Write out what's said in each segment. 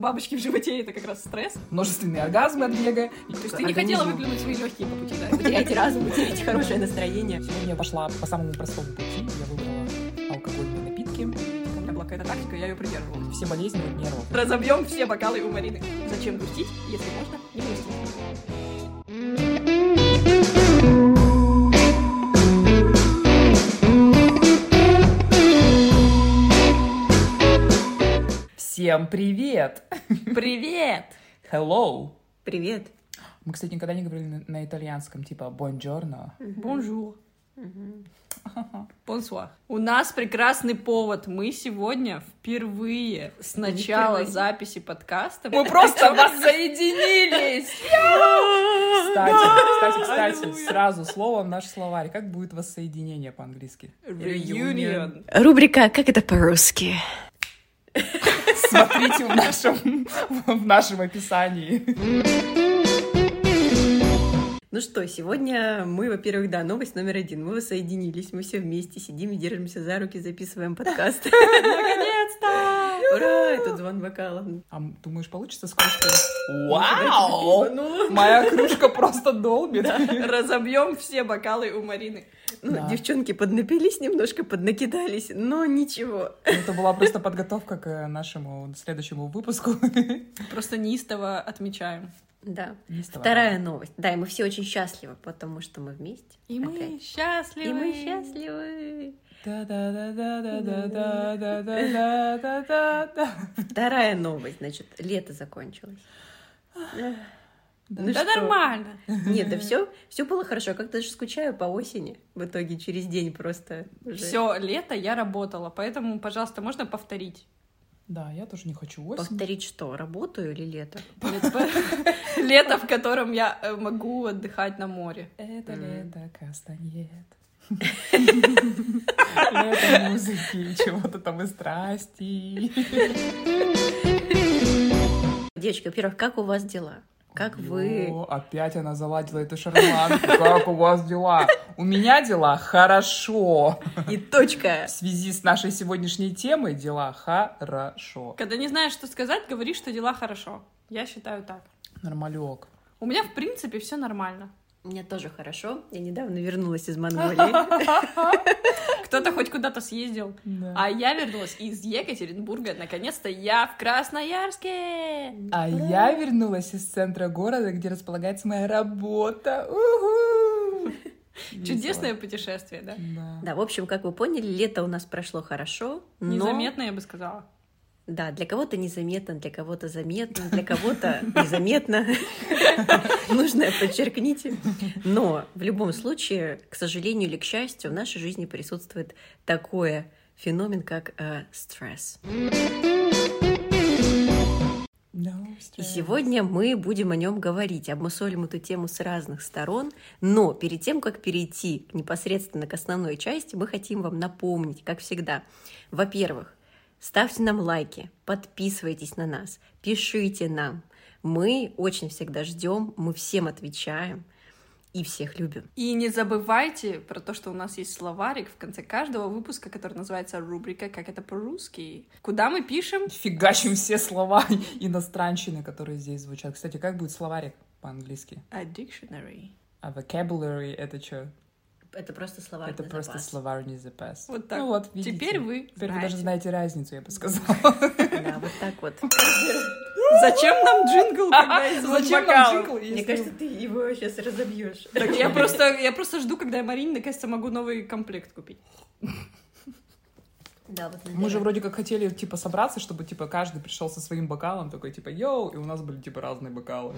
Бабочки в животе — это как раз стресс. Множественные оргазмы от бега. То есть ты не хотела выплюнуть свои легкие по пути, да? Потеряйте разум, потеряйте хорошее настроение. Сегодня я пошла по самому простому пути. Я выбрала алкогольные напитки. У меня была какая-то тактика, я ее придерживалась. Все болезни от нервов. Разобьем все бокалы у Марины. Зачем грустить, если можно не грустить? Всем привет! Привет! Hello! Привет. Мы, кстати, никогда не говорили на итальянском, типа buongiorno. Бонжур. Бонсуар. У нас прекрасный повод. Мы сегодня впервые с начала записи подкаста Мы просто воссоединились! Кстати, сразу слово в наш словарь. Как будет воссоединение по-английски? Reunion. Рубрика «Как это по-русски?» Смотрите в нашем описании. Ну что, сегодня мы, во-первых, новость номер 1. Мы воссоединились, мы все вместе сидим и держимся за руки, записываем подкаст. Наконец-то! Ура! Это звон бокала. А думаешь, получится с кружкой? Вау! Моя кружка просто долбит. Разобьем все бокалы у Марины. Да. Девчонки поднапились немножко, поднакидались, но ничего. Это была просто подготовка к нашему следующему выпуску. Просто неистово отмечаем. Да. Неистово. Вторая новость. Да, и мы все очень счастливы, потому что мы вместе. И мы Опять. счастливы. И мы счастливы. Да-да-да-да-да-да-да-да-да-да. Вторая новость, значит, лето закончилось. Ну Да что? нормально. Нет, да все было хорошо. Как-то даже скучаю по осени. В итоге через день просто уже. Все лето я работала, поэтому, пожалуйста, можно повторить? Да, я тоже не хочу осень. Повторить что? Работаю или лето? Лето, в котором я могу отдыхать на море. Это лето кастаньет. Лето музыки, чего-то там и страсти. Девочки, во-первых, как у вас дела? Как вы? О, опять она заладила эту шарманку. Как у вас дела? У меня дела хорошо. И точка. В связи с нашей сегодняшней темой дела хорошо. Когда не знаешь, что сказать, говори, что дела хорошо. Я считаю так. Нормалек. У меня, в принципе, все нормально. У меня тоже хорошо. Я недавно вернулась из Монголии. Кто-то хоть куда-то съездил. Да. А я вернулась из Екатеринбурга. Наконец-то я в Красноярске. А я вернулась из центра города, где располагается моя работа. Уху! Чудесное путешествие, да? Да. Да, в общем, как вы поняли, лето у нас прошло хорошо, но... Незаметно, я бы сказала. Да, для кого-то незаметно, для кого-то заметно, для кого-то незаметно. Нужно подчеркните. Но в любом случае, к сожалению или к счастью, в нашей жизни присутствует такой феномен, как стресс. И сегодня мы будем о нем говорить, обмусолим эту тему с разных сторон, но перед тем, как перейти непосредственно к основной части, мы хотим вам напомнить, как всегда, во-первых, ставьте нам лайки, подписывайтесь на нас, пишите нам. Мы очень всегда ждем, мы всем отвечаем и всех любим. И не забывайте про то, что у нас есть словарик в конце каждого выпуска, который называется рубрика «Как это по-русски?», куда мы пишем... Фигачим все слова иностранщины, которые здесь звучат. Кстати, как будет словарик по-английски? A dictionary. А vocabulary — это что? Это просто словарный Это просто запас. словарный запас. Вот так. Ну вот, видите. Теперь вы Теперь вы даже знаете. знаете разницу, я бы сказала. Да, вот так вот. Зачем нам джингл, когда есть звон Зачем нам бокалов? джингл, если- Мне кажется, ты его сейчас разобьешь. Так я просто жду, когда я Марине наконец-то могу новый комплект купить. Да, вот Мы же вроде как хотели, типа, собраться, чтобы, типа, каждый пришел со своим бокалом, такой, типа, йоу, и у нас были, типа, разные бокалы.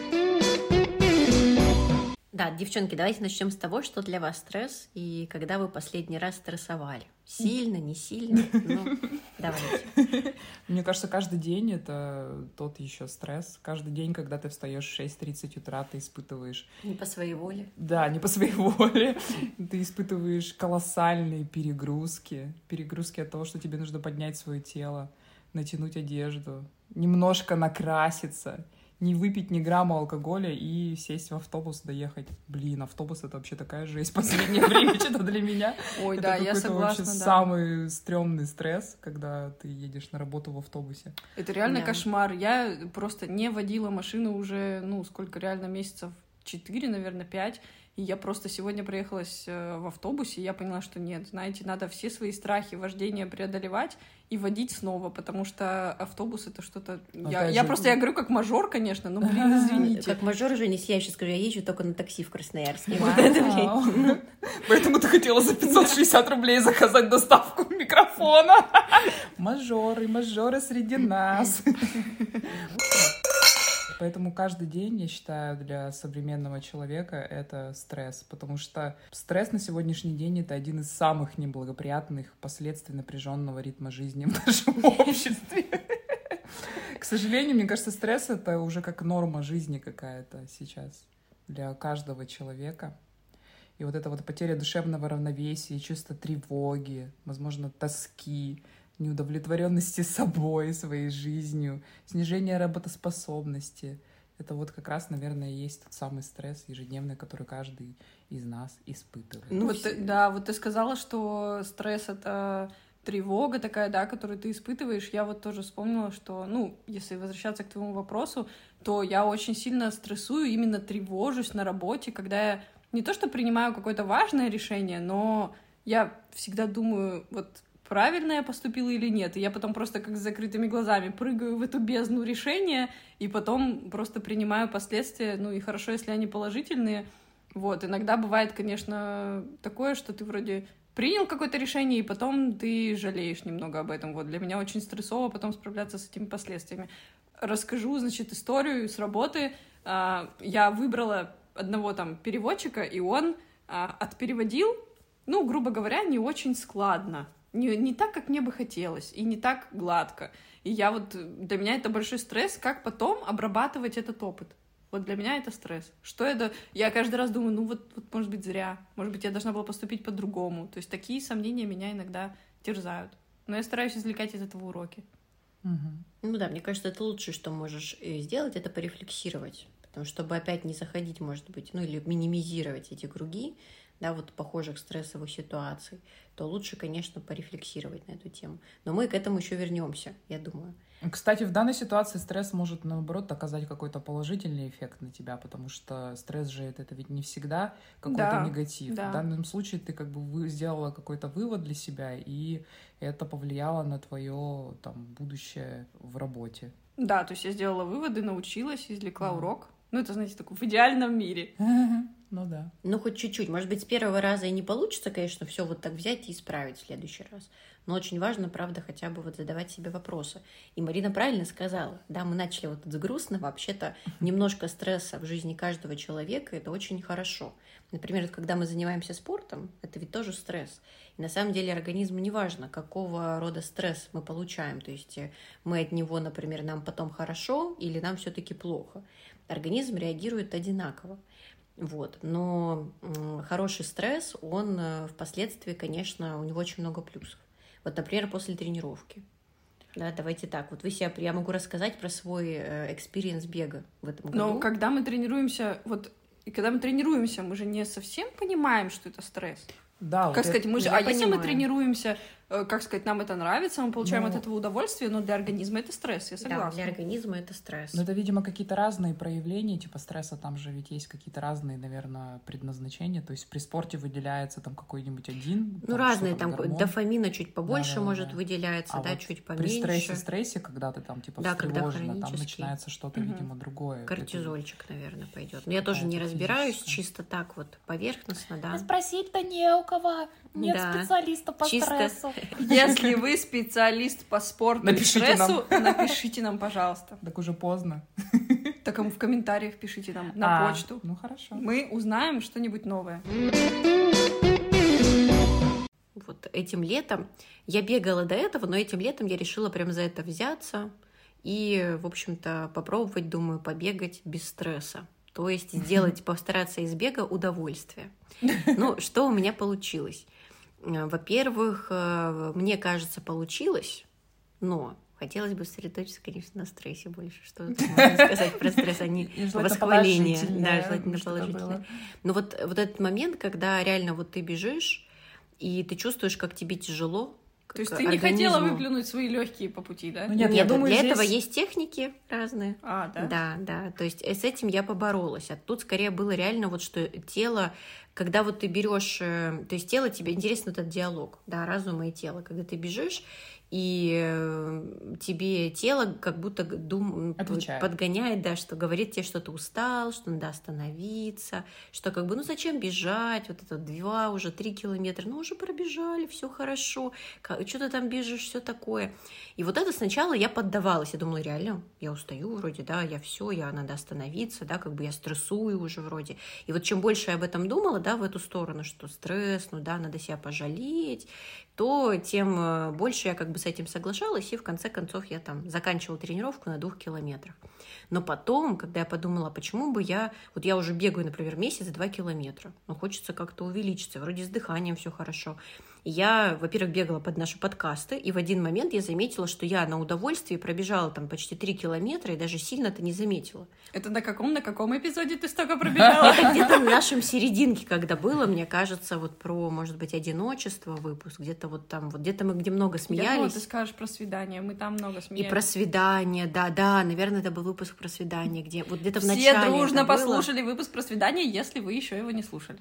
Да, девчонки, давайте начнем с того, что для вас стресс и когда вы последний раз стрессовали. Сильно, не сильно? Ну, давайте. Мне кажется, каждый день это тот еще стресс. Каждый день, когда ты встаешь в 6:30 утра, ты испытываешь... Не по своей воле. Да, не по своей воле. Ты испытываешь колоссальные перегрузки. Перегрузки от того, что тебе нужно поднять свое тело, натянуть одежду, немножко накраситься. не выпить ни грамма алкоголя и сесть в автобус, доехать. Блин, автобус — это вообще такая жесть в последнее время что-то для меня. Ой, да, я согласна, вообще да. самый стрёмный стресс, когда ты едешь на работу в автобусе. Это реально кошмар. Я просто не водила машину уже, сколько реально, месяцев 4, наверное, 5. И я просто сегодня проехалась в автобусе, и я поняла, что нет, знаете, надо все свои страхи вождения преодолевать и водить снова, потому что автобус — это что-то... Я говорю как мажор, конечно, но, блин, извините. Как мажор, Женя, я сейчас скажу, я езжу только на такси в Красноярске. Поэтому ты хотела за 560 рублей заказать доставку микрофона. Мажоры среди нас. Поэтому каждый день, я считаю, для современного человека это стресс, потому что стресс на сегодняшний день — это один из самых неблагоприятных последствий напряженного ритма жизни в нашем обществе. К сожалению, мне кажется, стресс — это уже как норма жизни какая-то сейчас для каждого человека. И вот эта вот потеря душевного равновесия, чувство тревоги, возможно, тоски, неудовлетворенности собой, своей жизнью, снижение работоспособности. Это вот как раз, наверное, и есть тот самый стресс ежедневный, который каждый из нас испытывает. Вот ты сказала, что стресс — это тревога такая, да, которую ты испытываешь. Я вот тоже вспомнила, что, если возвращаться к твоему вопросу, то я очень сильно стрессую, именно тревожусь на работе, когда я не то что принимаю какое-то важное решение, но я всегда думаю, правильно я поступила или нет. И я потом просто как с закрытыми глазами прыгаю в эту бездну решения, и потом просто принимаю последствия. И хорошо, если они положительные. Иногда бывает, конечно, такое, что ты вроде принял какое-то решение, и потом ты жалеешь немного об этом. Для меня очень стрессово потом справляться с этими последствиями. Расскажу, историю с работы. Я выбрала одного переводчика, и он отпереводил, грубо говоря, не очень складно. Не так, как мне бы хотелось, и не так гладко. И для меня это большой стресс, как потом обрабатывать этот опыт. Для меня это стресс. Что это? Я каждый раз думаю, может быть, зря. Может быть, я должна была поступить по-другому. То есть такие сомнения меня иногда терзают. Но я стараюсь извлекать из этого уроки. Мне кажется, это лучшее, что можешь сделать, это порефлексировать. Потому что, чтобы опять не заходить, может быть, или минимизировать эти круги, похожих стрессовых ситуаций, то лучше, конечно, порефлексировать на эту тему. Но мы к этому еще вернемся, я думаю. Кстати, в данной ситуации стресс может, наоборот, оказать какой-то положительный эффект на тебя, потому что стресс же это ведь не всегда какой-то негатив. Да. В данном случае ты сделала какой-то вывод для себя, и это повлияло на твое будущее в работе. Да, то есть я сделала выводы, научилась, извлекла урок. Это, знаете, такой в идеальном мире. Да. Хоть чуть-чуть. Может быть, с первого раза и не получится, конечно, все так взять и исправить в следующий раз. Но очень важно, правда, хотя бы задавать себе вопросы. И Марина правильно сказала. Да, мы начали с грустного. Вообще-то немножко стресса в жизни каждого человека — это очень хорошо. Например, когда мы занимаемся спортом, это ведь тоже стресс. И на самом деле организму не важно, какого рода стресс мы получаем. То есть мы от него, например, нам потом хорошо или нам все-таки плохо. Организм реагирует одинаково. Но хороший стресс, он впоследствии, конечно, у него очень много плюсов. Например, после тренировки. Да, давайте так. Я могу рассказать про свой экспириенс бега в этом году. Но когда мы тренируемся, мы же не совсем понимаем, что это стресс. Да, если мы тренируемся, нам это нравится, мы получаем от этого удовольствие, но для организма это стресс, я согласна. Да, для организма это стресс. Но это, видимо, какие-то разные проявления, стресса, там же ведь есть какие-то разные, наверное, предназначения, то есть при спорте выделяется какой-нибудь один. Разные, дофамина чуть побольше может выделяться, чуть поменьше. При стрессе, когда ты встревожена, там начинается что-то, видимо, другое. Кортизольчик, наверное, пойдет. Но я тоже не разбираюсь, чисто так поверхностно, да. Спросить-то не у кого. Нет специалиста по стрессу. Если вы специалист по спорту и стрессу, напишите нам, пожалуйста. Так уже поздно. Так в комментариях пишите нам на почту. Хорошо. Мы узнаем что-нибудь новое. Этим летом я бегала до этого, но этим летом я решила прям за это взяться и, в общем-то, попробовать, думаю, побегать без стресса. То есть постараться из бега удовольствие. Что у меня получилось? Во-первых, мне кажется, получилось, но хотелось бы сосредоточиться, конечно, на стрессе больше. Что тут можно сказать про стресс, а не восхваление. Да, желательно положительное. Но вот этот момент, когда реально вот ты бежишь, и ты чувствуешь, как тебе тяжело. То есть ты не хотела выплюнуть свои легкие по пути, да? Нет, я думаю, для этого есть техники разные. Да? Да. То есть с этим я поборолась. А тут скорее было реально вот, что тело, когда вот ты берешь, то есть тело тебе, интересен этот диалог, да, разума и тела, когда ты бежишь, и тебе тело как будто подгоняет, да, что говорит тебе, что ты устал, что надо остановиться, что как бы, зачем бежать, вот это 2, уже 3 километра, уже пробежали, все хорошо, что ты там бежишь, все такое. И вот это сначала я поддавалась, я думала, реально, я устаю вроде, да, надо остановиться, да, как бы я стрессую уже вроде. И вот чем больше я об этом думала, да, в эту сторону, что стресс, надо себя пожалеть, то тем больше я как бы с этим соглашалась, и в конце концов я там заканчивала тренировку на 2 километрах. Но потом, когда я подумала, почему бы я уже бегаю, например, месяц 2 километра, хочется как-то увеличиться, вроде с дыханием все хорошо. И я, во-первых, бегала под наши подкасты, и в один момент я заметила, что я на удовольствие пробежала там почти 3 километра, и даже сильно это не заметила. Это на каком эпизоде ты столько пробежала? Это где-то в нашем серединке, когда было, мне кажется, вот про, может быть, одиночество выпуск, где-то вот там, вот где-то мы где много смеялись. Я думала, ты скажешь про свидание, мы там много смеялись. И про свидание, да, наверное, это был выпуск про свидание, где вот где-то в начале. Все дружно послушали выпуск про свидание, если вы еще его не слушали.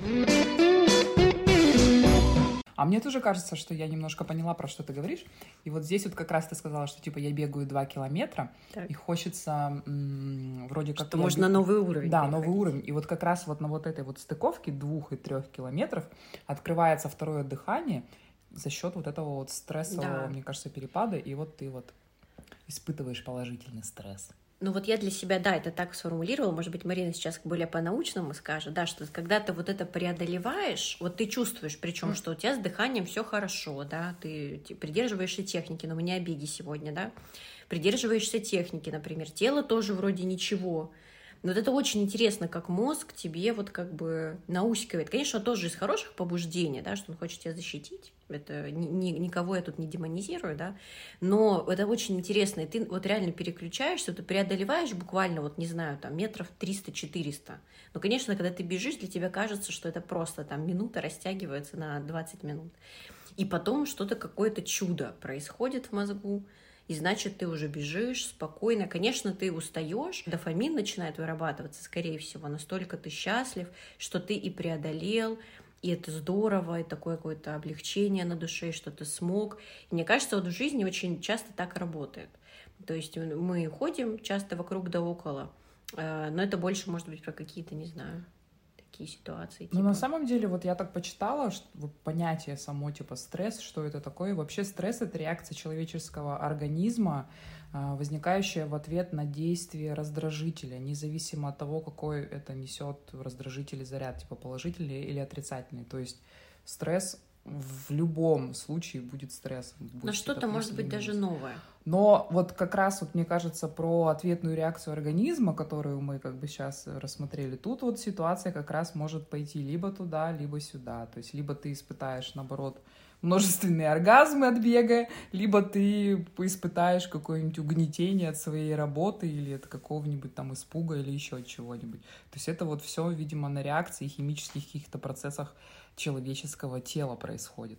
А мне тоже кажется, что я немножко поняла, про что ты говоришь. И вот здесь вот как раз ты сказала, что типа я бегаю 2 километра, так. И хочется вроде как... Что можно новый уровень. Да, новый уровень. И вот как раз вот на вот этой вот стыковке 2 и 3 километров открывается второе дыхание за счет вот этого вот стрессового, мне кажется, перепада. И вот ты вот испытываешь положительный стресс. Вот я для себя, это так сформулировала, может быть, Марина сейчас более по-научному скажет, да, что когда ты вот это преодолеваешь, вот ты чувствуешь, причем, что у тебя с дыханием все хорошо, да, ты придерживаешься техники, но мы не о беге сегодня, да, придерживаешься техники, например, тело тоже вроде ничего. Но вот это очень интересно, как мозг тебе вот как бы наускивает. Конечно, тоже из хороших побуждений, да, что он хочет тебя защитить. Это никого я тут не демонизирую, да, но это очень интересно, и ты вот реально переключаешься, ты преодолеваешь буквально, вот не знаю, там метров 300-400. Но, конечно, когда ты бежишь, для тебя кажется, что это просто там минута растягивается на 20 минут. И потом что-то, какое-то чудо происходит в мозгу, и значит, ты уже бежишь спокойно. Конечно, ты устаешь, дофамин начинает вырабатываться, скорее всего, настолько ты счастлив, что ты и преодолел, и это здорово, и такое какое-то облегчение на душе, что ты смог. И мне кажется, вот в жизни очень часто так работает. То есть мы ходим часто вокруг да около, но это больше, может быть, про какие-то, не знаю, такие ситуации. Ну, на самом деле, вот я так почитала, что вот понятие само, типа, стресс, что это такое. Вообще стресс — это реакция человеческого организма, возникающая в ответ на действие раздражителя, независимо от того, какой это несет раздражитель заряд, типа положительный или отрицательный. То есть стресс в любом случае будет стрессом. Но что-то может быть даже новое. Но вот как раз вот мне кажется про ответную реакцию организма, которую мы как бы сейчас рассмотрели, тут вот ситуация как раз может пойти либо туда, либо сюда. То есть либо ты испытаешь, наоборот, множественные оргазмы от бега, либо ты испытаешь какое-нибудь угнетение от своей работы или от какого-нибудь там испуга или еще от чего-нибудь. То есть это вот все, видимо, на реакции химических каких-то процессах человеческого тела происходит.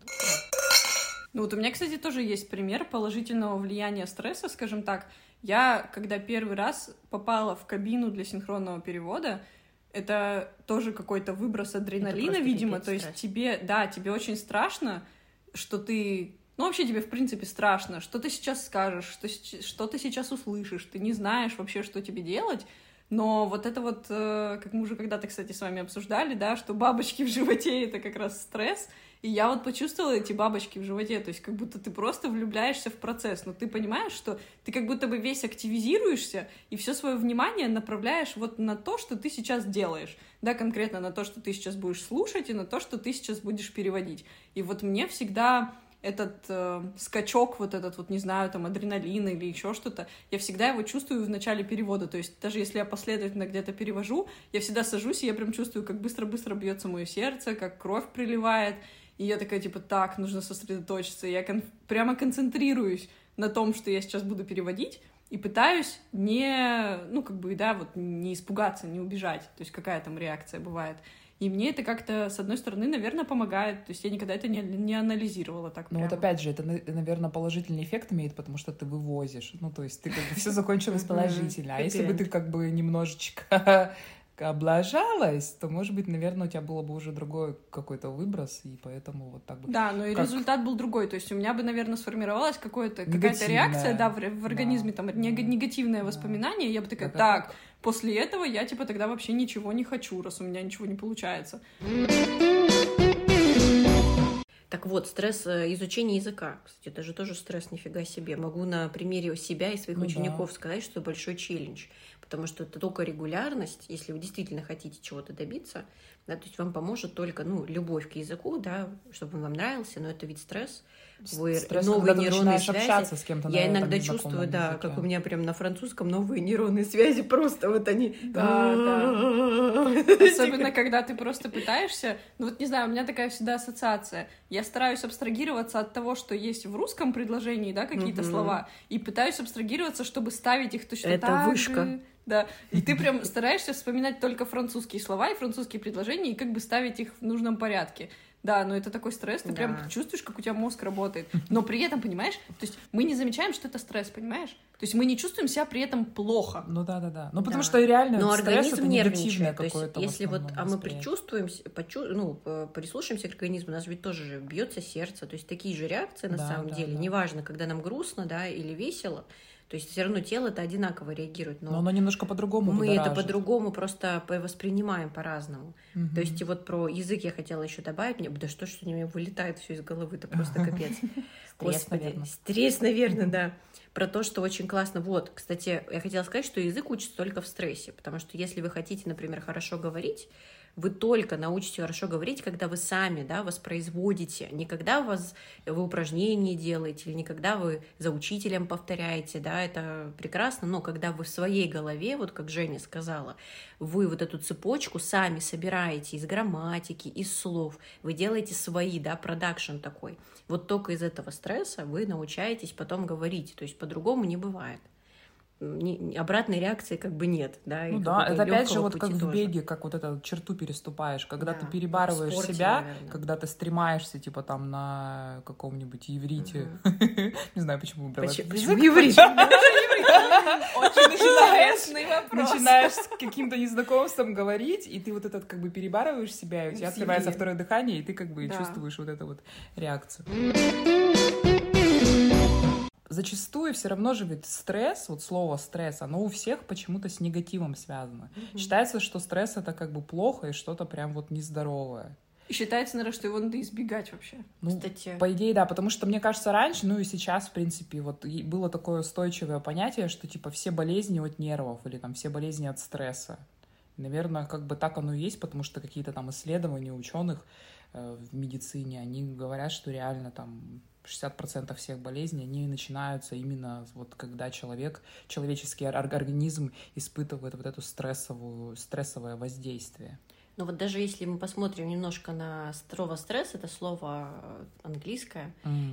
Ну вот у меня, кстати, тоже есть пример положительного влияния стресса, скажем так. Я, когда первый раз попала в кабину для синхронного перевода, это тоже какой-то выброс адреналина, видимо. То есть тебе очень страшно, что ты... Ну, вообще тебе, в принципе, страшно, что ты сейчас скажешь, что ты сейчас услышишь, ты не знаешь вообще, что тебе делать. Но вот это вот, как мы уже когда-то, кстати, с вами обсуждали, да, что бабочки в животе — это как раз стресс. И я вот почувствовала эти бабочки в животе, то есть как будто ты просто влюбляешься в процесс, но ты понимаешь, что ты как будто бы весь активизируешься и все свое внимание направляешь вот на то, что ты сейчас делаешь, да, конкретно на то, что ты сейчас будешь слушать, и на то, что ты сейчас будешь переводить. И вот мне всегда этот скачок, вот этот вот, не знаю, там, адреналина или еще что-то, я всегда его чувствую в начале перевода, то есть даже если я последовательно где-то перевожу, я всегда сажусь, и я прям чувствую, как быстро-быстро бьется мое сердце, как кровь приливает, и я такая, типа, так, нужно сосредоточиться, я прямо концентрируюсь на том, что я сейчас буду переводить, и пытаюсь не, не испугаться, не убежать, то есть какая там реакция бывает. И мне это как-то, с одной стороны, наверное, помогает. То есть я никогда это не анализировала так прямо. Ну вот опять же, это, наверное, положительный эффект имеет, потому что ты вывозишь. Ну то есть ты как бы все закончилось положительно. А если бы ты как бы немножечко облажалась, то, может быть, наверное, у тебя было бы уже другой какой-то выброс, и поэтому вот так бы... Да, но и результат был другой. То есть у меня бы, наверное, сформировалась какая-то реакция, да, в организме, там, негативное воспоминание, и я бы такая, так, после этого я, типа, тогда вообще ничего не хочу, раз у меня ничего не получается. Так вот, стресс изучения языка. Кстати, это же тоже стресс, нифига себе. Могу на примере себя и своих учеников сказать, что это большой челлендж. Потому что это только регулярность, если вы действительно хотите чего-то добиться, да, то есть вам поможет только, любовь к языку, да, чтобы он вам нравился, но это ведь стресс. Вы стресс, новые нейронные связи. С кем-то я иногда чувствую, да, как у меня прям на французском новые нейронные связи, просто вот они... Да. Особенно, когда ты просто пытаешься... Ну вот, не знаю, у меня такая всегда ассоциация. Я стараюсь абстрагироваться от того, что есть в русском предложении, да, какие-то слова, и пытаюсь абстрагироваться, чтобы ставить их точно так же. Это вышка. Да, и ты прям стараешься вспоминать только французские слова и французские предложения, и как бы ставить их в нужном порядке. Да, но это такой стресс, ты прям чувствуешь, как у тебя мозг работает. Но при этом, понимаешь, то есть мы не замечаем, что это стресс, понимаешь? То есть мы не чувствуем себя при этом плохо. Ну да. Ну потому что реально стресс — это негативное какое-то. Если вот, мы прислушаемся к организму, у нас ведь тоже же бьется сердце, то есть такие же реакции на самом деле. Неважно, когда нам грустно, да, или весело. То есть все равно тело-то одинаково реагирует. Но оно немножко по-другому мы это по-другому просто воспринимаем по-разному. То есть и вот про язык я хотела еще добавить. Да что у меня вылетает все из головы, это просто капец. Стресс, наверное, да. Про то, что очень классно. Вот, кстати, я хотела сказать, что язык учится только в стрессе. Потому что если вы хотите, например, хорошо говорить, вы только научитесь хорошо говорить, когда вы сами, да, воспроизводите, не когда вы упражнения делаете, или не когда вы за учителем повторяете, да, это прекрасно, но когда вы в своей голове, вот как Женя сказала, вы вот эту цепочку сами собираете из грамматики, из слов, вы делаете свои, да, продакшн такой. Вот только из этого стресса вы научаетесь потом говорить, то есть по-другому не бывает. Обратной реакции как бы нет, да. Ну да, это опять же вот как в беге, как вот эту черту переступаешь, когда ты перебарываешь себя, наверное. Когда ты стремаешься типа там на каком-нибудь иврите, не знаю, почему выбрала. Почему иврит? Очень интересный вопрос. Начинаешь с каким-то незнакомством говорить, и ты вот этот как бы перебарываешь себя, и у тебя открывается второе дыхание, и ты как бы чувствуешь вот эту вот реакцию. Зачастую все равно же ведь стресс, вот слово стресс, оно у всех почему-то с негативом связано. Считается, что стресс — это как бы плохо и что-то прям вот нездоровое. И считается, наверное, что его надо избегать вообще. Ну, кстати. По идее, да, потому что, мне кажется, раньше, ну и сейчас, в принципе, вот было такое устойчивое понятие, что типа все болезни от нервов или там все болезни от стресса. Наверное, как бы так оно и есть, потому что какие-то там исследования ученых в медицине, они говорят, что реально там 60% всех болезней, они начинаются именно вот когда человеческий организм испытывает вот это стрессовое воздействие. Но вот даже если мы посмотрим немножко на слово «стресс», это слово английское,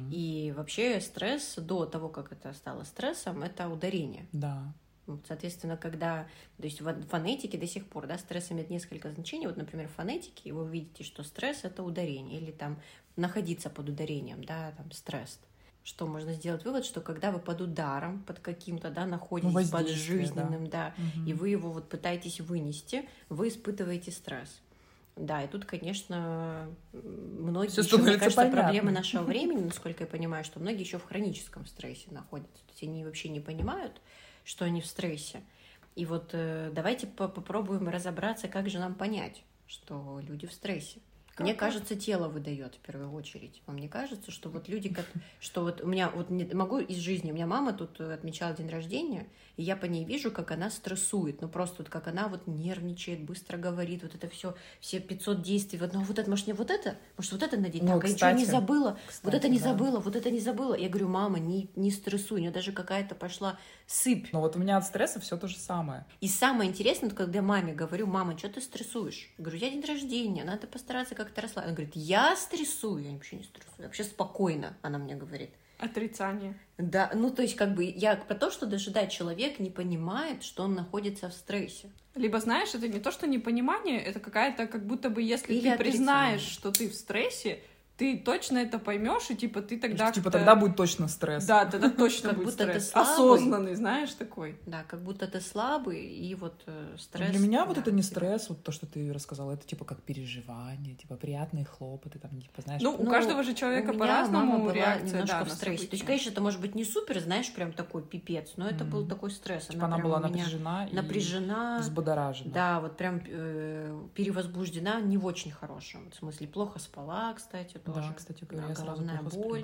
и вообще стресс до того, как это стало стрессом, это ударение. Да. Соответственно, когда, то есть в фонетике до сих пор, да, стресс имеет несколько значений. Вот, например, в фонетике вы увидите, что стресс — это ударение, или там находиться под ударением, да, там стресс. Что можно сделать вывод, что когда вы под ударом, под каким-то, да, находитесь под жизненным, да, и вы его вот пытаетесь вынести, вы испытываете стресс. Да, и тут, конечно, многие, еще, мне кажется, проблемы нашего времени, насколько я понимаю, что многие еще в хроническом стрессе находятся. То есть они вообще не понимают, что они в стрессе. И вот давайте попробуем разобраться, как же нам понять, что люди в стрессе. Мне кажется, тело выдает в первую очередь. Вам не кажется, что вот люди, что вот у меня, вот могу из жизни, у меня мама тут отмечала день рождения, и я по ней вижу, как она стрессует, ну просто вот как она вот нервничает, быстро говорит, вот это все 500 действий, вот, ну вот это, может, не вот это, может, вот это надеть, так, я ничего не забыла, вот это не забыла, вот это не забыла. Я говорю, мама, не стрессуй, у нее даже какая-то пошла сыпь. Но вот у меня от стресса все то же самое. И самое интересное, когда маме говорю, мама, что ты стрессуешь? Я говорю, я день рождения, надо постараться как-то расслабиться. Она говорит, я стрессую? Я вообще не стрессую, я вообще спокойно, она мне говорит. Отрицание. Да, ну то есть как бы я про то, что даже человек не понимает, что он находится в стрессе. Либо, знаешь, это не то, что непонимание, это какая-то, как будто бы, если Или ты признаешь, что ты в стрессе, ты точно это поймешь, и типа ты тогда... Типа тогда будет точно стресс. Да, тогда точно Как будет будто ты стресс. слабый. Осознанный, знаешь, такой. Да, как будто ты слабый, и вот стресс... Для меня да, вот это не типа. стресс, вот то, что ты рассказала, это типа как переживание, типа приятные хлопоты, там, типа, знаешь... Ну, у каждого же человека по-разному реакция, немножко да, в на стрессе. То есть, события. конечно, это может быть не супер, знаешь, прям такой пипец, но это был такой стресс. Типа она прям была у меня напряжена и взбудоражена. Да, вот прям перевозбуждена не в очень хорошем смысле. Плохо спала, кстати, тоже. Да, кстати говоря, я сразу головная плохо боль.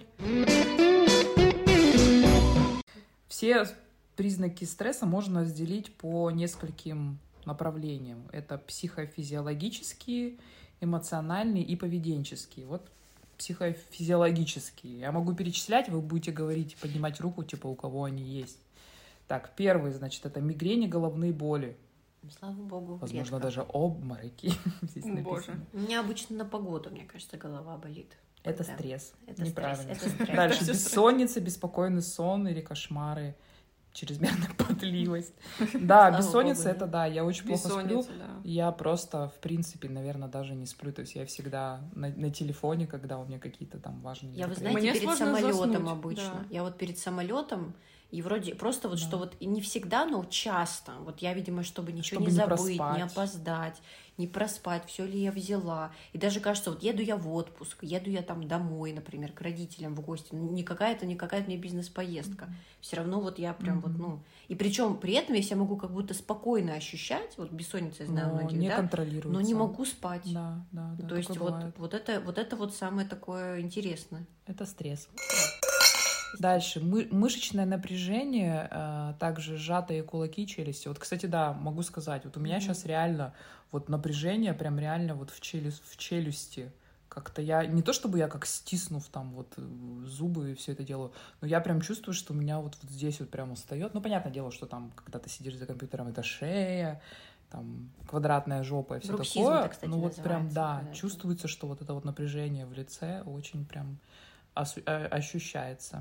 Все признаки стресса можно разделить по нескольким направлениям. Это психофизиологические, эмоциональные и поведенческие. Вот психофизиологические. Я могу перечислять, вы будете говорить, поднимать руку, типа, у кого они есть. Так, первый, значит, это мигрень и головные боли. Слава богу, Возможно, редко. даже обмороки. Здесь Боже. написано. У меня обычно на погоду, мне кажется, голова болит. Это Да. стресс. Это Неправильно. стресс, это стресс. Дальше Это всё бессонница, беспокойный сон или кошмары, чрезмерная потливость. Да, Слава бессонница богу, это да, я очень плохо сплю. Бессонница, да. Я просто, в принципе, наверное, даже не сплю. То есть я всегда на телефоне, когда у меня какие-то там важные... Я, вы мероприятия. знаете, Мне перед сложно самолетом заснуть, обычно. да. Я вот перед самолетом, и вроде просто вот, Да. что вот и не всегда, но часто. Вот я, видимо, чтобы ничего Чтобы не не забыть, проспать. не опоздать, не проспать, все ли я взяла. И даже кажется, вот еду я в отпуск, еду я там домой, например, к родителям в гости. Ну, не какая-то мне бизнес-поездка. Все равно вот я прям вот, ну... И причем при этом я себя могу как будто спокойно ощущать, вот бессонница, я знаю Но многих, не да, контролируется. но не могу спать. Да, да, да. То есть такое бывает. вот это вот самое такое интересное. Это стресс. Дальше. Мышечное напряжение, также сжатые кулаки, челюсти. Вот, кстати, да, могу сказать, вот у меня сейчас реально вот напряжение прям реально вот в челюсти. Как-то я, не то чтобы я как стиснув там вот зубы и все это делаю, но я прям чувствую, что у меня вот здесь вот прям устает. Ну, понятное дело, что там, когда ты сидишь за компьютером, это шея, там квадратная жопа и все Бруксизм такое. это, кстати, ну, вот прям, называется, да, когда это. чувствуется, что вот это вот напряжение в лице очень прям ощущается.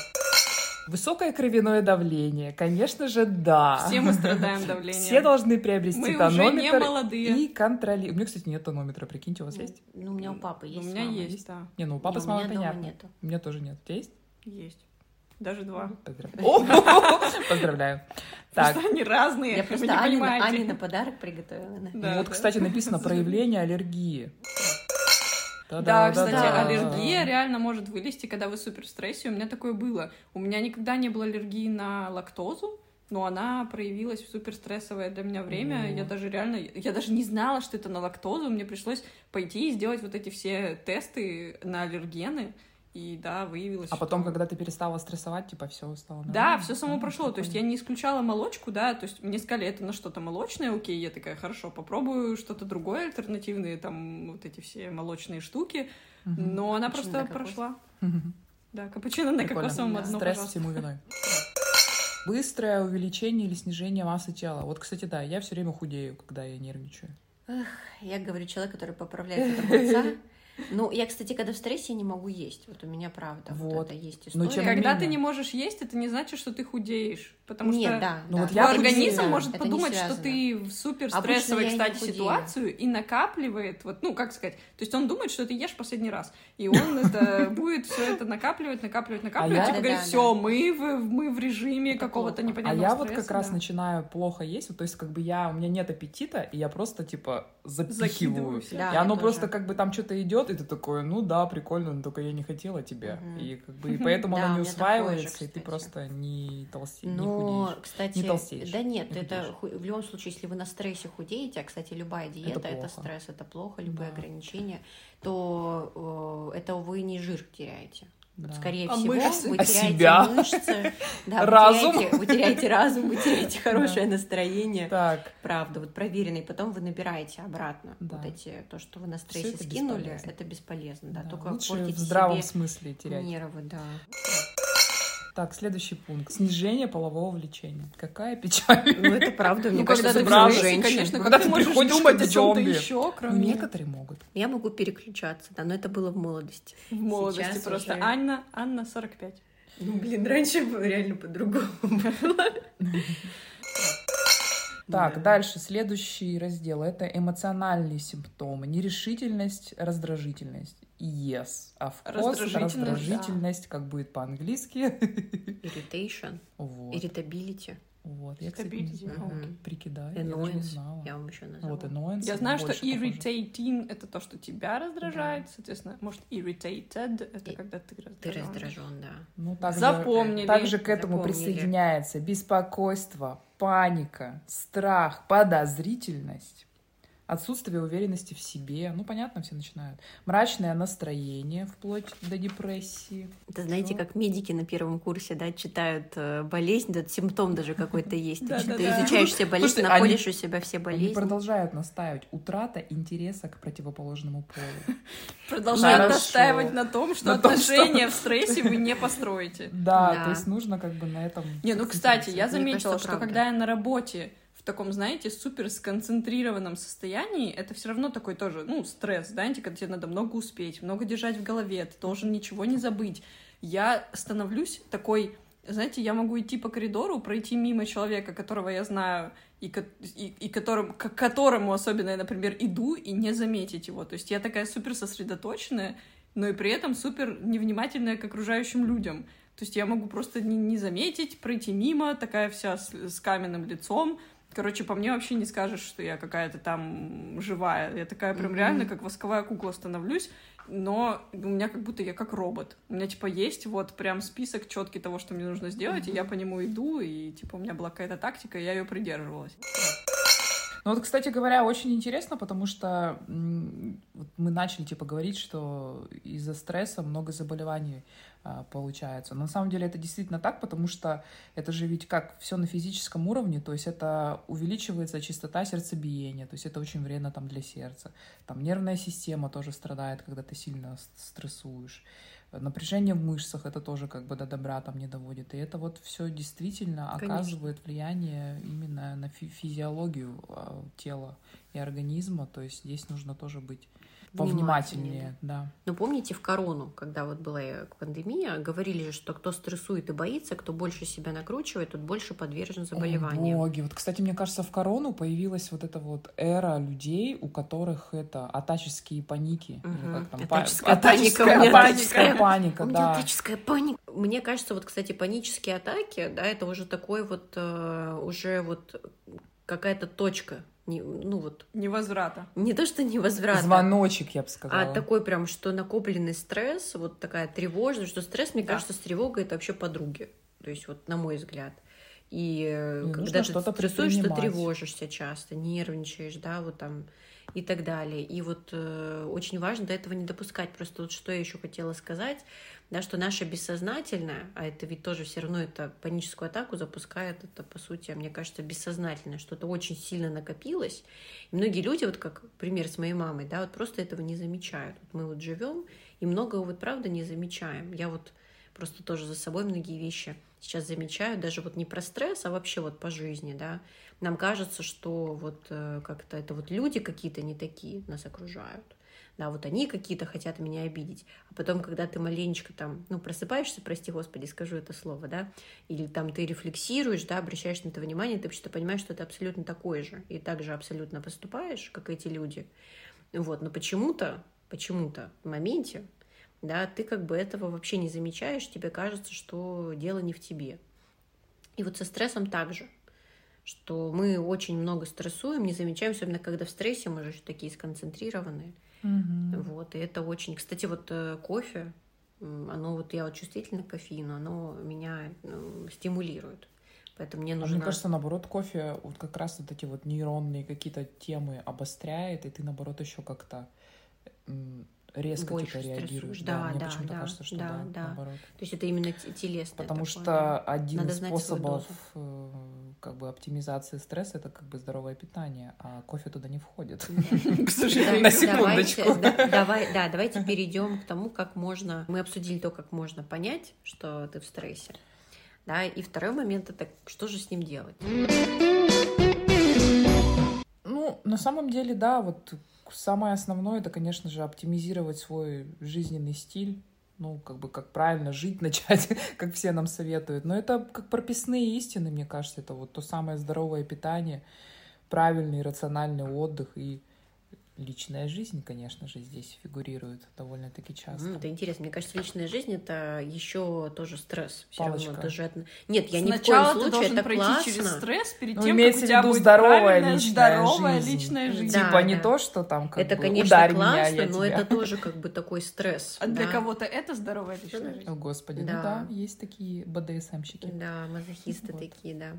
Высокое кровяное давление, конечно же, да. Все мы страдаем давлением. Все должны приобрести Мы тонометр уже не молодые. и контролировать. У меня, кстати, нет тонометра, прикиньте, у вас есть? Ну, у меня у папы есть. У с меня мамой. есть, да. Не, ну у папы Не, с у мамой меня дома понятно. нету. У меня тоже нет. У тебя есть? Есть. Даже 2. Поздравляю. Так, Просто они разные. Я вы просто не понимаете. Ане на подарок приготовила. да. Да, вот, да. кстати, написано проявление аллергии. Да, кстати, Да. аллергия реально может вылезти, когда вы в суперстрессе. У меня такое было. У меня никогда не было аллергии на лактозу, но она проявилась в суперстрессовое для меня время. Я даже не знала, что это на лактозу. Мне пришлось пойти и сделать вот эти все тесты на аллергены. И да, выявилось. А потом, что- когда ты перестала стрессовать, типа, все стало Да, нормально? все само прошло. То есть я не исключала молочку, да, то есть мне сказали, это на что-то молочное, окей, я такая, хорошо, попробую что-то другое, альтернативные там вот эти все молочные штуки, но она Капучино просто на кокос. прошла. Да, капучино на Прикольно. кокосовом Да. одно, Стресс пожалуйста. всему виной. Быстрое увеличение или снижение массы тела. Вот, кстати, да, я все время худею, когда я нервничаю. Я говорю, человек, который поправляет от огурца. Ну, я, кстати, когда в стрессе не могу есть. Вот у меня правда вот Вот. это есть Но история. тем не Когда менее. ты не можешь есть, это не значит, что ты худеешь, потому Нет, что да, Ну да. вот я твой худею. организм Да, может это не подумать, что связано. ты в суперстрессовой, Обычно я не кстати, худею. ситуацию и накапливает, вот, ну, как сказать, то есть он думает, что ты ешь последний раз, и он это будет все это накапливать, я- типа Да, говорит, да, все, мы в режиме Это какого-то плохо. А непонятного я вот стресса, как раз да. начинаю плохо есть, вот, то есть как бы у меня нет аппетита, и я просто типа запихиваю. Закидываю всё. Да, И я оно тоже. просто как бы там что-то идет, и ты такой, ну да, прикольно, но только я не хотела тебя. Мгм. И как бы и поэтому Да, оно у не меня такое же, усваивается, и ты кстати. просто не толстеешь, не Но, худеешь. кстати, Не толстеешь, да нет, не это худеешь. в любом случае, если вы на стрессе худеете, а, кстати, любая диета это плохо. стресс, это плохо, любые Да. ограничения, то это вы не жир теряете. Вот, Да. скорее А всего, мышцы? вы А теряете себя? мышцы, да, Разум? вы теряете разум, вы теряете хорошее настроение. Так, Правда, вот проверенный, потом вы набираете обратно. Да. Вот эти, то, что вы на Всё стрессе это скинули, бесполезно. это бесполезно, да, да, только лучше портите в здравом себе смысле терять. нервы, да. Так, следующий пункт. Снижение полового влечения. Какая печаль. Ну, это правда, мне Ну, когда кажется, ты в сразу стрессе, женщин. конечно, Когда как ты ты можешь приходишь думать как о чем-то зомби. еще, Ну, кроме некоторые могут. Я могу переключаться, да, но это было в молодости. в молодости Сейчас просто. уже- Анна 45. Раньше было реально по-другому. Так, дальше, следующий раздел — это эмоциональные симптомы. Нерешительность, раздражительность. Yes, of course, раздражительность, как будет по-английски. Irritation, irritability. Вот, я, кстати, прикидаю, я уже не знала. Я вам еще назвала. Вот, annoyance. Я знаю, что irritating — это то, что тебя раздражает, соответственно, может, irritated — это когда ты раздражен. Ты раздражен, да. Ну, запомнили. Также к этому присоединяется беспокойство, паника, страх, подозрительность, отсутствие уверенности в себе. Ну, понятно, все начинают. Мрачное настроение, вплоть до депрессии. Это, знаете, как медики на первом курсе, да, читают болезнь, этот симптом даже какой-то есть. Ты изучаешь все болезни, находишь у себя все болезни. Они продолжают настаивать. Утрата интереса к противоположному полу. Продолжают настаивать на том, что отношения в стрессе вы не построите. Да, то есть нужно как бы на этом... Не, ну, кстати, я заметила, что когда я на работе в таком, знаете, супер сконцентрированном состоянии, это все равно такой тоже, ну, стресс, знаете, когда тебе надо много успеть, много держать в голове, ты должен ничего не забыть. Я становлюсь такой, знаете, я могу идти по коридору, пройти мимо человека, которого я знаю, к которому особенно я, например, иду, и не заметить его. То есть я такая супер сосредоточенная, но и при этом супер невнимательная к окружающим людям. То есть я могу просто не заметить, пройти мимо, такая вся с каменным лицом. Короче, по мне вообще не скажешь, что я какая-то там живая. Я такая прям реально как восковая кукла становлюсь, но у меня как будто я как робот. У меня, типа, есть вот прям список четкий того, что мне нужно сделать, и я по нему иду, и, типа, у меня была какая-то тактика, и я ее придерживалась. Ну вот, кстати говоря, очень интересно, потому что мы начали, типа, говорить, что из-за стресса много заболеваний получается. Но на самом деле это действительно так, потому что это же ведь как все на физическом уровне, то есть это увеличивается частота сердцебиения, то есть это очень вредно там для сердца. Там нервная система тоже страдает, когда ты сильно стрессуешь. Напряжение в мышцах это тоже как бы до добра там не доводит. И это вот все действительно оказывает влияние именно на физиологию тела и организма. То есть здесь нужно тоже быть повнимательнее. Да. Но помните, в корону, когда вот была пандемия, говорили же, что кто стрессует и боится, кто больше себя накручивает, тот больше подвержен заболеваниям. О, боги. Вот, кстати, мне кажется, в корону появилась вот эта вот эра людей, у которых это атаческие паники. Атаческая паника, да. Атаческая паника. Мне кажется, вот, кстати, панические атаки, да, это уже такой вот, уже вот какая-то точка. Невозврата. Не то, что невозврата. Звоночек, я бы сказала. А такой прям, что накопленный стресс, вот такая тревожность, что стресс, мне кажется, с тревогой это вообще подруги. То есть вот на мой взгляд. И когда ты стрессуешь, что тревожишься часто, нервничаешь, да, вот там и так далее. И вот очень важно до этого не допускать. Просто вот что я еще хотела сказать, да, что наше бессознательное, а это ведь тоже все равно это паническую атаку запускает, это, по сути, мне кажется, бессознательное, что-то очень сильно накопилось. И многие люди, вот как пример с моей мамой, да, вот просто этого не замечают. Вот мы вот живем и многого вот правда не замечаем. Я вот просто тоже за собой многие вещи сейчас замечаю, даже вот не про стресс, а вообще вот по жизни, да. Нам кажется, что вот как-то это вот люди какие-то не такие нас окружают. Да, вот они какие-то хотят меня обидеть. А потом, когда ты маленечко там, просыпаешься, прости господи, скажу это слово, да, или там ты рефлексируешь, да, обращаешь на это внимание, ты вообще-то понимаешь, что ты абсолютно такой же, и так же абсолютно поступаешь, как эти люди. Вот, но почему-то в моменте, да, ты как бы этого вообще не замечаешь, тебе кажется, что дело не в тебе. И вот со стрессом также, что мы очень много стрессуем, не замечаем, особенно когда в стрессе мы же такие сконцентрированные. Вот, и это очень... Кстати, вот кофе, оно вот я вот чувствительна к кофеину, оно меня стимулирует. Поэтому мне нужно... Мне кажется, наоборот, кофе вот как раз вот эти вот нейронные какие-то темы обостряет, и ты, наоборот, еще как-то резко больше реагируешь. Да, мне почему-то кажется, что наоборот. То есть это именно телесное. Потому такое, что один из способов как бы оптимизации стресса — это как бы здоровое питание, а кофе туда не входит. К сожалению. На секундочку. Давайте перейдем к тому, как можно... Мы обсудили то, как можно понять, что ты в стрессе. Да, и второй момент — это что же с ним делать? Ну, на самом деле, да, вот самое основное — это, конечно же, оптимизировать свой жизненный стиль, ну, как бы, как правильно жить начать, как все нам советуют. Но это как прописные истины, мне кажется, это вот то самое здоровое питание, правильный рациональный отдых и личная жизнь, конечно же, здесь фигурирует довольно-таки часто. Это интересно. Мне кажется, личная жизнь — это еще тоже стресс. Все Палочка. равно даже это... Нет, я Сначала ни в коем случае, это пройти классно. через стресс перед Ну, тем, как имеется у в тебя виду будет здоровая правильная, личная здоровая жизнь. личная жизнь. Да, Типа не да. то, что там как Это, бы конечно, ударь классно, меня, я но тебя. это тоже как бы такой стресс. А для да. кого-то это здоровая личная жизнь. О, Господи, Да. ну да, есть такие БДСМщики. Да, мазохисты Вот. такие, да.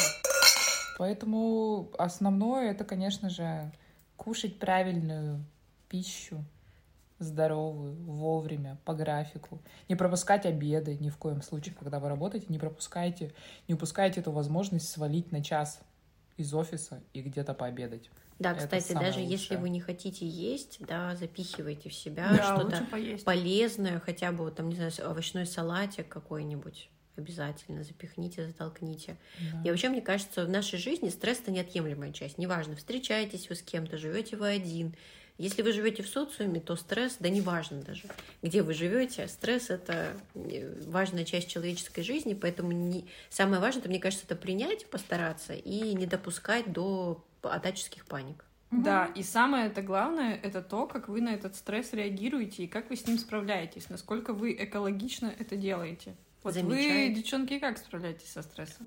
Поэтому основное это, конечно же, кушать правильную пищу, здоровую, вовремя, по графику. Не пропускать обеды ни в коем случае, когда вы работаете, не упускайте эту возможность свалить на час из офиса и где-то пообедать. Да, Это кстати, самое даже если лучшее. вы не хотите есть, да, запихивайте в себя Да, что-то лучше поесть. полезное, хотя бы, вот, там, не знаю, овощной салатик какой-нибудь. Обязательно запихните, затолкните. Да. И вообще, мне кажется, в нашей жизни стресс — это неотъемлемая часть. Неважно, встречаетесь вы с кем-то, живете вы один. Если вы живете в социуме, то стресс, да неважно даже, где вы живете, стресс — это важная часть человеческой жизни, поэтому самое важное, мне кажется, это принять, постараться и не допускать до атаческих паник. Да, и самое это главное, это то, как вы на этот стресс реагируете и как вы с ним справляетесь, насколько вы экологично это делаете. Вот вы, девчонки, как справляетесь со стрессом?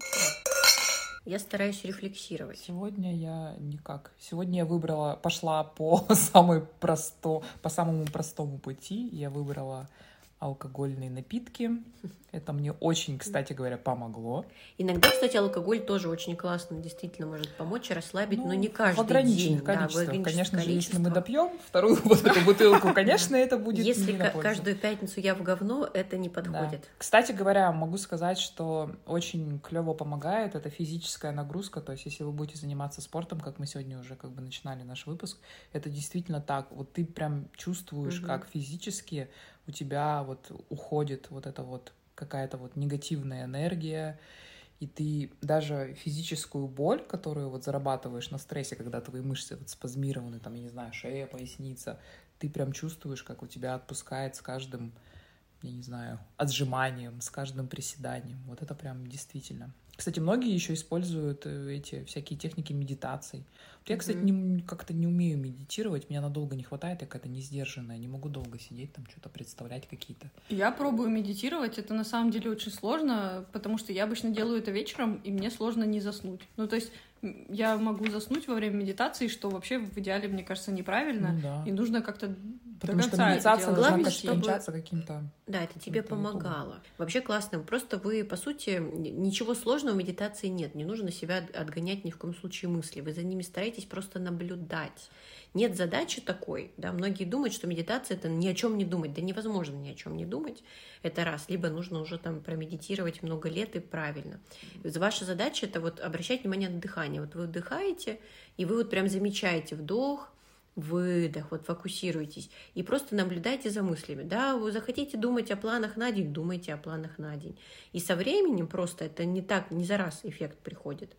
Я стараюсь рефлексировать. Сегодня я никак. Сегодня я пошла по самому простому пути. Я выбрала алкогольные напитки. Это мне очень, кстати говоря, помогло. Иногда, кстати, алкоголь тоже очень классно, действительно может помочь, расслабить, но не каждый в ограниченных день. количествах. Да, Конечно же, если мы допьем вторую вот эту бутылку, конечно, это будет Если не на пользу. каждую пятницу я в говно, это не подходит. Да. Кстати говоря, могу сказать, что очень клево помогает это физическая нагрузка. То есть, если вы будете заниматься спортом, как мы сегодня уже как бы начинали наш выпуск, это действительно так. Вот ты прям чувствуешь, как физически у тебя вот уходит вот эта вот какая-то вот негативная энергия, и ты даже физическую боль, которую вот зарабатываешь на стрессе, когда твои мышцы вот спазмированы, там, я не знаю, шея, поясница, ты прям чувствуешь, как у тебя отпускает с каждым, я не знаю, отжиманием, с каждым приседанием. Вот это прям действительно. Кстати, многие еще используют эти всякие техники медитаций. Я, кстати, как-то не умею медитировать, меня надолго не хватает, я какая-то несдержанная, не могу долго сидеть, там что-то представлять какие-то. Я пробую медитировать, это на самом деле очень сложно, потому что я обычно делаю это вечером, и мне сложно не заснуть. Ну, то есть я могу заснуть во время медитации, что вообще в идеале, мне кажется, неправильно, и нужно как-то потому что медитация должна кончаться каким-то... Да, это тебе помогало. Вообще классно. Просто вы, по сути, ничего сложного в медитации нет. Не нужно себя отгонять ни в коем случае мысли. Вы за ними стараетесь просто наблюдать. Нет задачи такой. Да? Многие думают, что медитация — это ни о чем не думать. Да невозможно ни о чем не думать. Это раз. Либо нужно уже там промедитировать много лет и правильно. Ваша задача — это вот обращать внимание на дыхание. Вот вы вдыхаете, и вы вот прям замечаете вдох, выдох, вот фокусируйтесь и просто наблюдайте за мыслями. Да, вы захотите думать о планах на день, думайте о планах на день. И со временем просто это не за раз эффект приходит.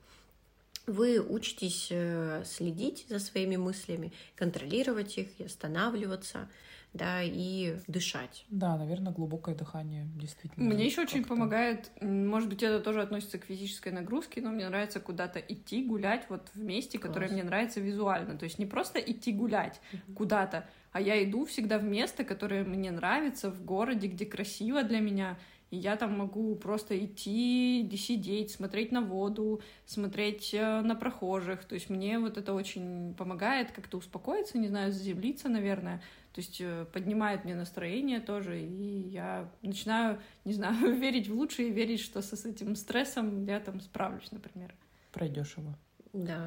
Вы учитесь следить за своими мыслями, контролировать их, останавливаться, да, и дышать. Да, наверное, глубокое дыхание действительно. Мне еще очень помогает, может быть, это тоже относится к физической нагрузке, но мне нравится куда-то идти, гулять вот в месте, которое мне нравится визуально. То есть не просто идти гулять куда-то, а я иду всегда в место, которое мне нравится, в городе, где красиво для меня. И я там могу просто идти, сидеть, смотреть на воду, смотреть на прохожих. То есть мне вот это очень помогает как-то успокоиться, не знаю, заземлиться, наверное. То есть поднимает мне настроение тоже, и я начинаю, не знаю, верить в лучшее и верить, что с этим стрессом я там справлюсь, например. Пройдешь его. Да.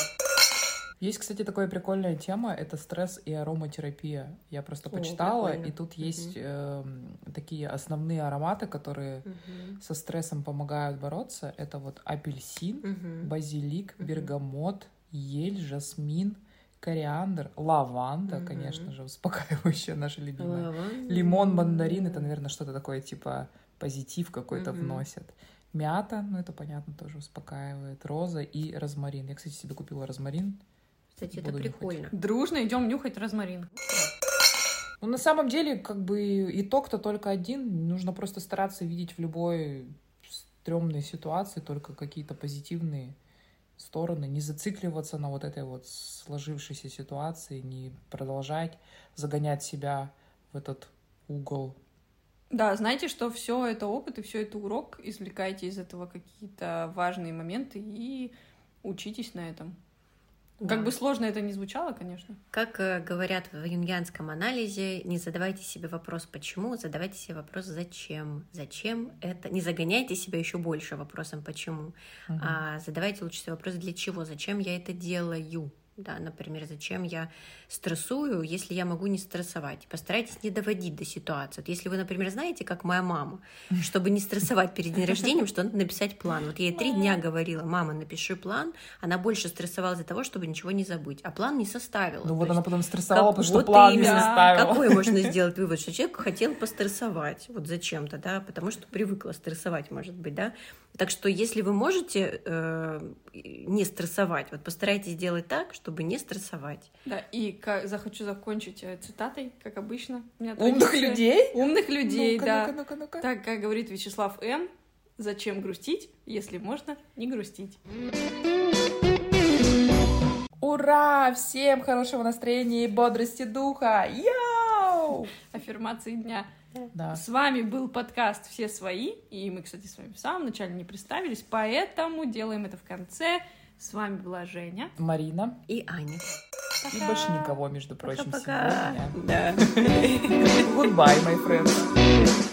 Есть, кстати, такая прикольная тема, это стресс и ароматерапия. Я просто почитала, прикольно. И тут есть такие основные ароматы, которые со стрессом помогают бороться. Это вот апельсин, базилик, бергамот, ель, жасмин, кориандр, лаванда, конечно же, успокаивающая наша любимая. Лимон, мандарин, это, наверное, что-то такое, типа позитив какой-то вносят. Мята, ну это понятно, тоже успокаивает. Роза и розмарин. Я, кстати, себе купила розмарин. Кстати, это прикольно. Дружно идем нюхать розмарин. Ну, на самом деле, как бы итог-то только один. Нужно просто стараться видеть в любой стрёмной ситуации только какие-то позитивные стороны, не зацикливаться на вот этой вот сложившейся ситуации, не продолжать загонять себя в этот угол. Да, знаете, что все это опыт и все это урок, извлекайте из этого какие-то важные моменты и учитесь на этом. Да. Как бы сложно это ни звучало, конечно. Как говорят в юнгианском анализе, не задавайте себе вопрос «почему?», задавайте себе вопрос «зачем?». Зачем это? Не загоняйте себя еще больше вопросом «почему?», а задавайте лучше себе вопрос «для чего?», «зачем я это делаю?». Да, например, зачем я стрессую, если я могу не стрессовать. Постарайтесь не доводить до ситуации. Вот если вы, например, знаете, как моя мама, чтобы не стрессовать перед днем рождения, что надо написать план. Вот я ей 3 дня говорила: мама, напиши план. Она больше стрессовала из-за того, чтобы ничего не забыть. А план не составила. Ну вот она потом стрессовала, потому что план не составила. Какой можно сделать вывод? Что человек хотел пострессовать. Вот зачем-то, да, потому что привыкла стрессовать, может быть, да. Так что если вы можете не стрессовать, вот постарайтесь сделать так, чтобы не стрессовать. Да, и захочу закончить цитатой, как обычно. Умных людей? Умных людей, ну-ка, да. Ну-ка. Так, как говорит Вячеслав М., зачем грустить, если можно не грустить? Ура! Всем хорошего настроения и бодрости духа! Йоу! Аффирмации дня. Да. С вами был подкаст «Все свои», и мы, кстати, с вами в самом начале не представились, поэтому делаем это в конце. С вами была Женя, Марина и Аня. И больше никого, между прочим, Пока-пока. сегодня. Да. Goodbye, my friends.